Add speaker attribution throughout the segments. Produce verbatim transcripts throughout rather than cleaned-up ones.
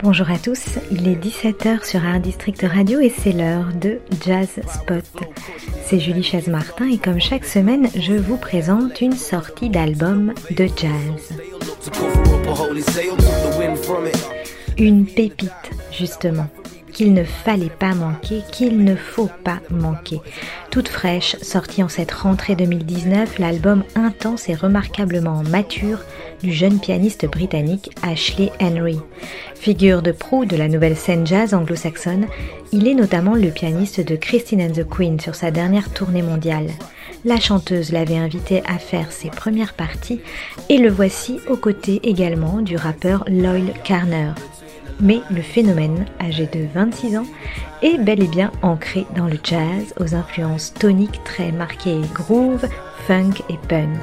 Speaker 1: Bonjour à tous, il est dix-sept heures sur Art District Radio et c'est l'heure de Jazz Spot. C'est Julie Chaise-Martin et comme chaque semaine, je vous présente une sortie d'album de jazz. Une pépite, justement, qu'il ne fallait pas manquer, qu'il ne faut pas manquer. Toute fraîche, sortie en cette rentrée deux mille dix-neuf, l'album intense et remarquablement mature du jeune pianiste britannique Ashley Henry. Figure de proue de la nouvelle scène jazz anglo-saxonne, il est notamment le pianiste de Christine and the Queen sur sa dernière tournée mondiale. La chanteuse l'avait invité à faire ses premières parties et le voici aux côtés également du rappeur Loyle Carner. Mais le phénomène, âgé de vingt-six ans, est bel et bien ancré dans le jazz, aux influences toniques très marquées groove, funk et punk.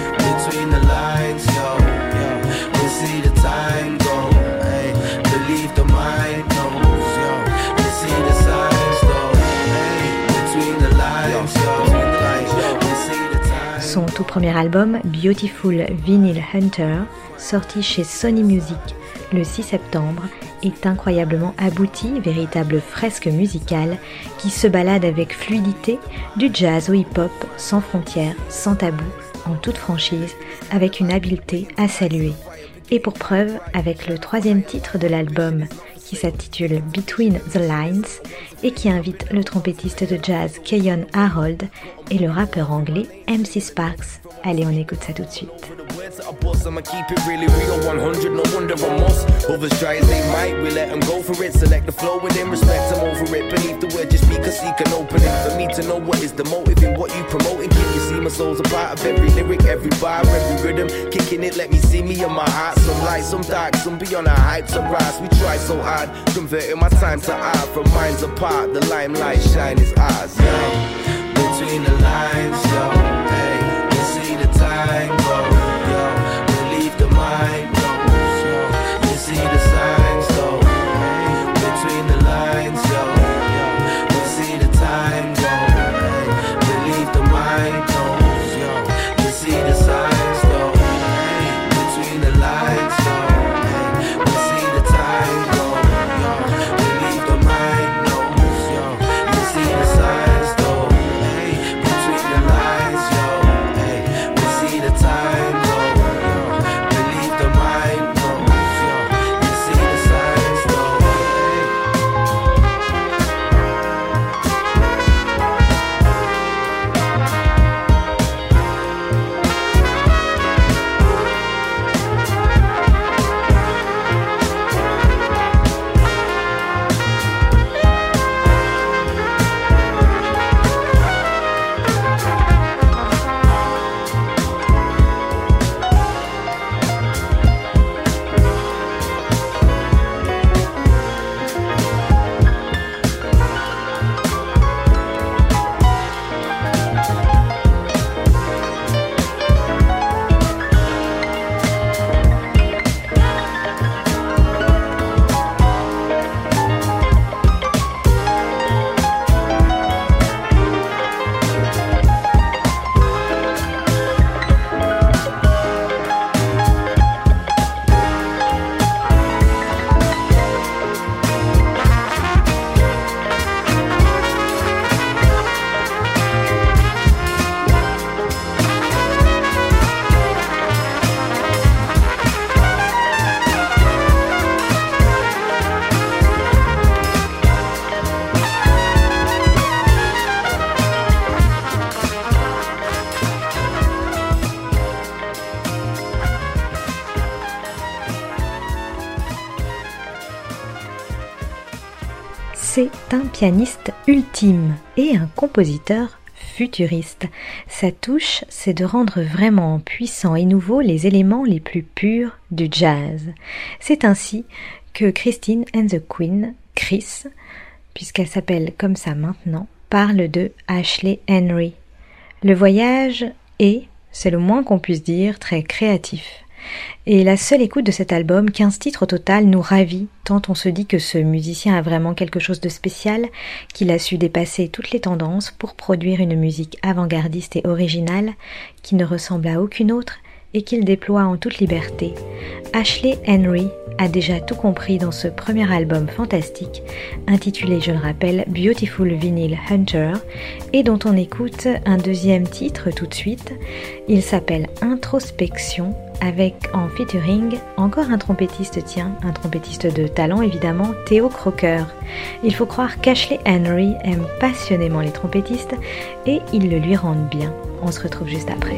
Speaker 1: Son tout premier album, Beautiful Vinyl Hunter, sorti chez Sony Music le six septembre, est incroyablement abouti, véritable fresque musicale qui se balade avec fluidité du jazz au hip-hop, sans frontières, sans tabou, en toute franchise, avec une habileté à saluer. Et pour preuve, avec le troisième titre de l'album, qui s'intitule Between the Lines et qui invite le trompettiste de jazz Keyon Harold et le rappeur anglais M C Sparks. Allez, on écoute ça tout de suite.
Speaker 2: I'ma keep it really real, one hundred, no wonder I'm most. Others try as they might, we let them go for it. Select the flow within respect, I'm over it. Beneath the word, just because seek an opening. For me to know what is the motive in what you promoting. Can you see my soul's a part of every lyric, every bar, every rhythm? Kicking it, let me see me and my heart. Some light, some dark, some beyond our hype, some rise. We try so hard, converting my time to art. From minds apart, the limelight shine is ours, yo. Between the lines, yo, hey, you see the time go.
Speaker 1: C'est un pianiste ultime et un compositeur futuriste. Sa touche, c'est de rendre vraiment puissants et nouveaux les éléments les plus purs du jazz. C'est ainsi que Christine and the Queen, Chris, puisqu'elle s'appelle comme ça maintenant, parle de Ashley Henry. Le voyage est, c'est le moins qu'on puisse dire, très créatif. Et la seule écoute de cet album, quinze titres au total, nous ravit, tant on se dit que ce musicien a vraiment quelque chose de spécial, qu'il a su dépasser toutes les tendances pour produire une musique avant-gardiste et originale qui ne ressemble à aucune autre et qu'il déploie en toute liberté. Ashley Henry a déjà tout compris dans ce premier album fantastique, intitulé, je le rappelle, Beautiful Vinyl Hunter, et dont on écoute un deuxième titre tout de suite. Il s'appelle Introspection, avec en featuring encore un trompettiste, tiens, un trompettiste de talent évidemment, Theo Crocker. Il faut croire qu'Ashley Henry aime passionnément les trompettistes et ils le lui rendent bien. On se retrouve juste après.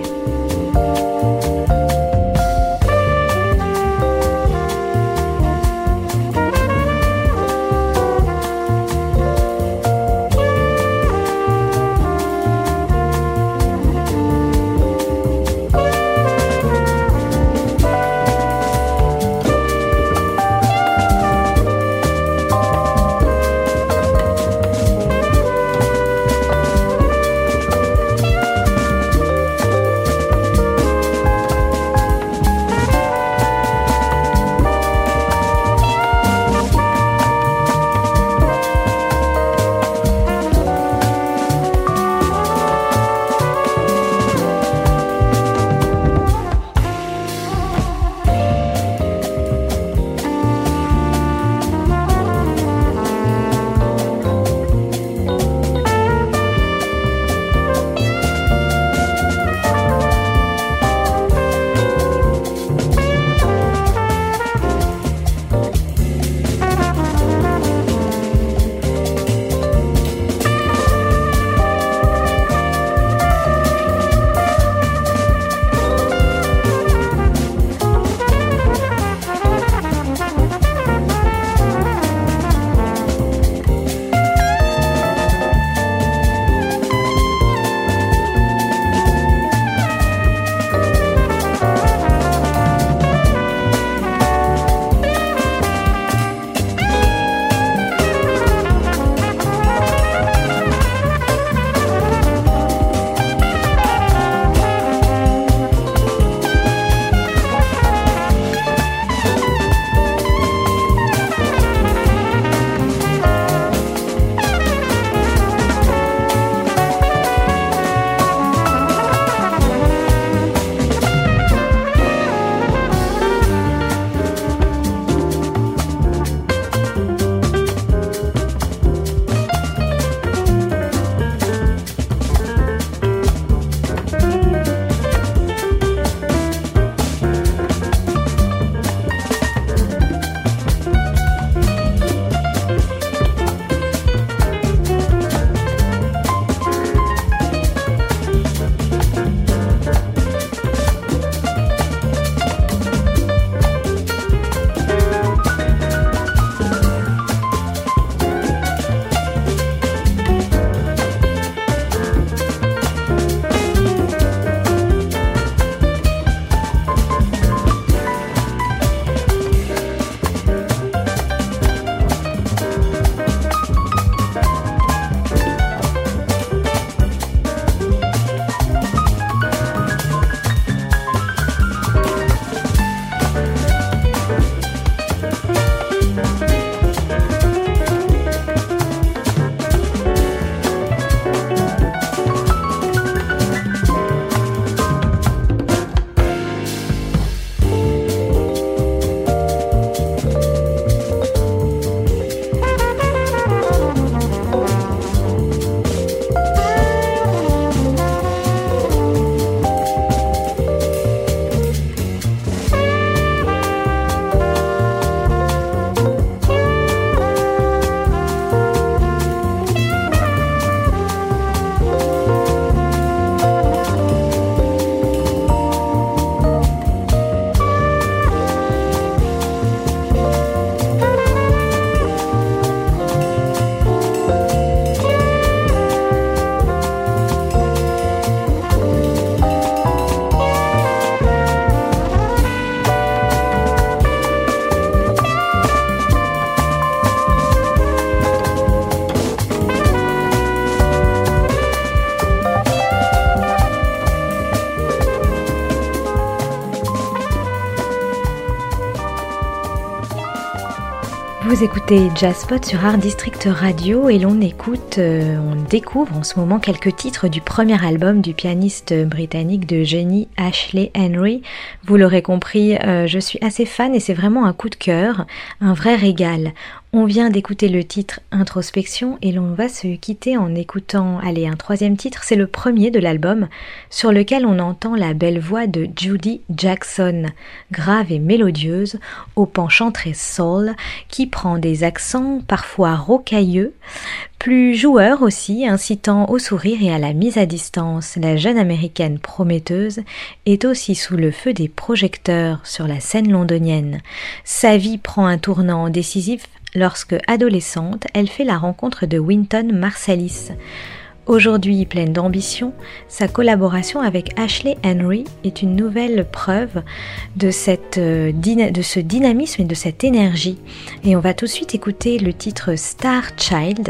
Speaker 1: Vous écoutez Jazzpot sur Art District Radio et l'on écoute, euh, on découvre en ce moment quelques titres du premier album du pianiste britannique de génie Ashley Henry. Vous l'aurez compris, euh, je suis assez fan et c'est vraiment un coup de cœur, un vrai régal. On vient d'écouter le titre Introspection et l'on va se quitter en écoutant, allez, un troisième titre, c'est le premier de l'album, sur lequel on entend la belle voix de Judy Jackson, grave et mélodieuse, au penchant très soul, qui prend des accents parfois rocailleux, plus joueurs aussi, incitant au sourire et à la mise à distance. La jeune américaine prometteuse est aussi sous le feu des projecteurs sur la scène londonienne. Sa vie prend un tournant décisif lorsque, adolescente, elle fait la rencontre de Wynton Marsalis. Aujourd'hui pleine d'ambition, sa collaboration avec Ashley Henry est une nouvelle preuve de, cette, de ce dynamisme et de cette énergie. Et on va tout de suite écouter le titre Star Child.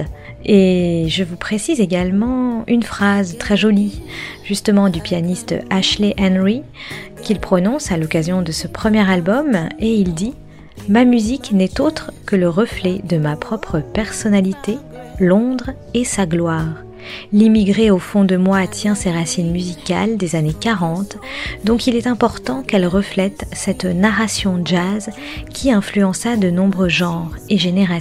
Speaker 1: Et je vous précise également une phrase très jolie, justement du pianiste Ashley Henry, qu'il prononce à l'occasion de ce premier album, et il dit « Ma musique n'est autre que le reflet de ma propre personnalité, Londres et sa gloire. L'immigré au fond de moi tient ses racines musicales des années quarante, donc il est important qu'elle reflète cette narration jazz qui influença de nombreux genres et générations. »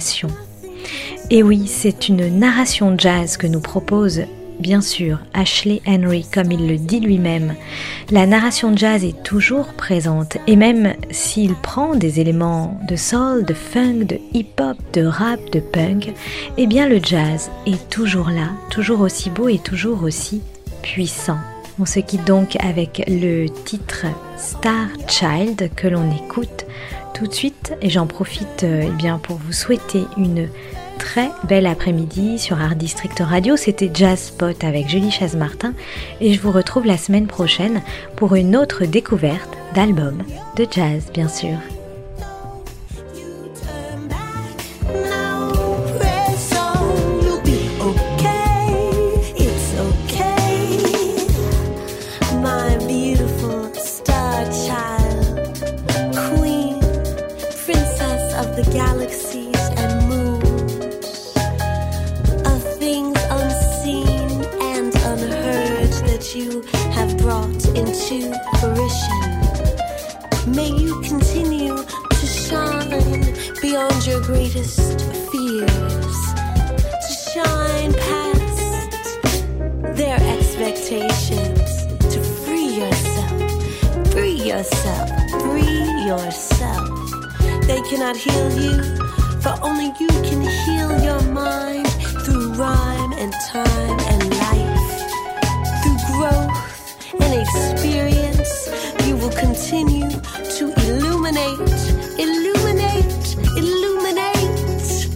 Speaker 1: Et oui, c'est une narration jazz que nous propose, bien sûr, Ashley Henry, comme il le dit lui-même. La narration jazz est toujours présente, et même s'il prend des éléments de soul, de funk, de hip-hop, de rap, de punk, eh bien le jazz est toujours là, toujours aussi beau et toujours aussi puissant. On se quitte donc avec le titre Star Child que l'on écoute tout de suite, et j'en profite eh bien, pour vous souhaiter une très belle après-midi sur Art District Radio. C'était Jazzpot avec Julie Chaz-Martin et je vous retrouve la semaine prochaine pour une autre découverte d'albums de jazz, bien sûr.
Speaker 3: Into fruition. May you continue to shine beyond your greatest fears, to shine past their expectations, to free yourself, free yourself, free yourself. They cannot heal you, for only you can heal your mind through rhyme and time and life, through growth and experience. You will continue to illuminate, illuminate, illuminate.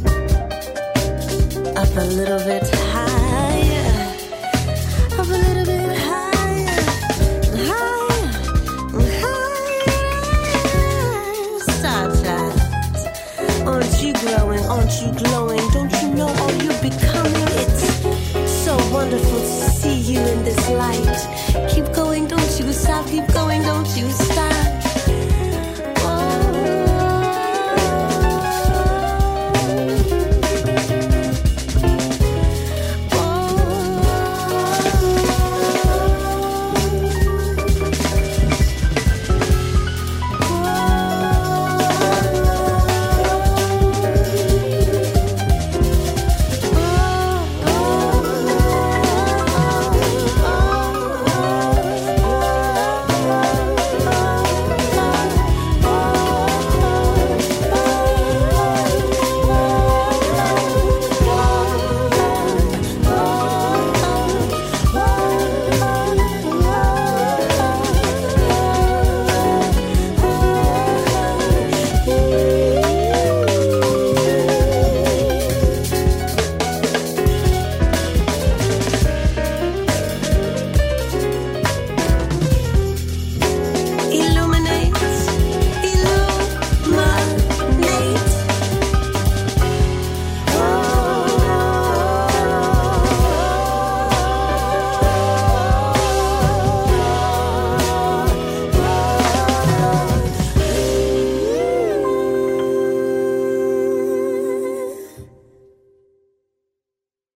Speaker 3: Up a little bit higher, up a little bit higher, higher, higher. Star Child, aren't you growing, aren't you glowing? Don't you know all you're becoming? It's so wonderful to see you in this light. Keep going, don't you stop, keep going, don't you stop.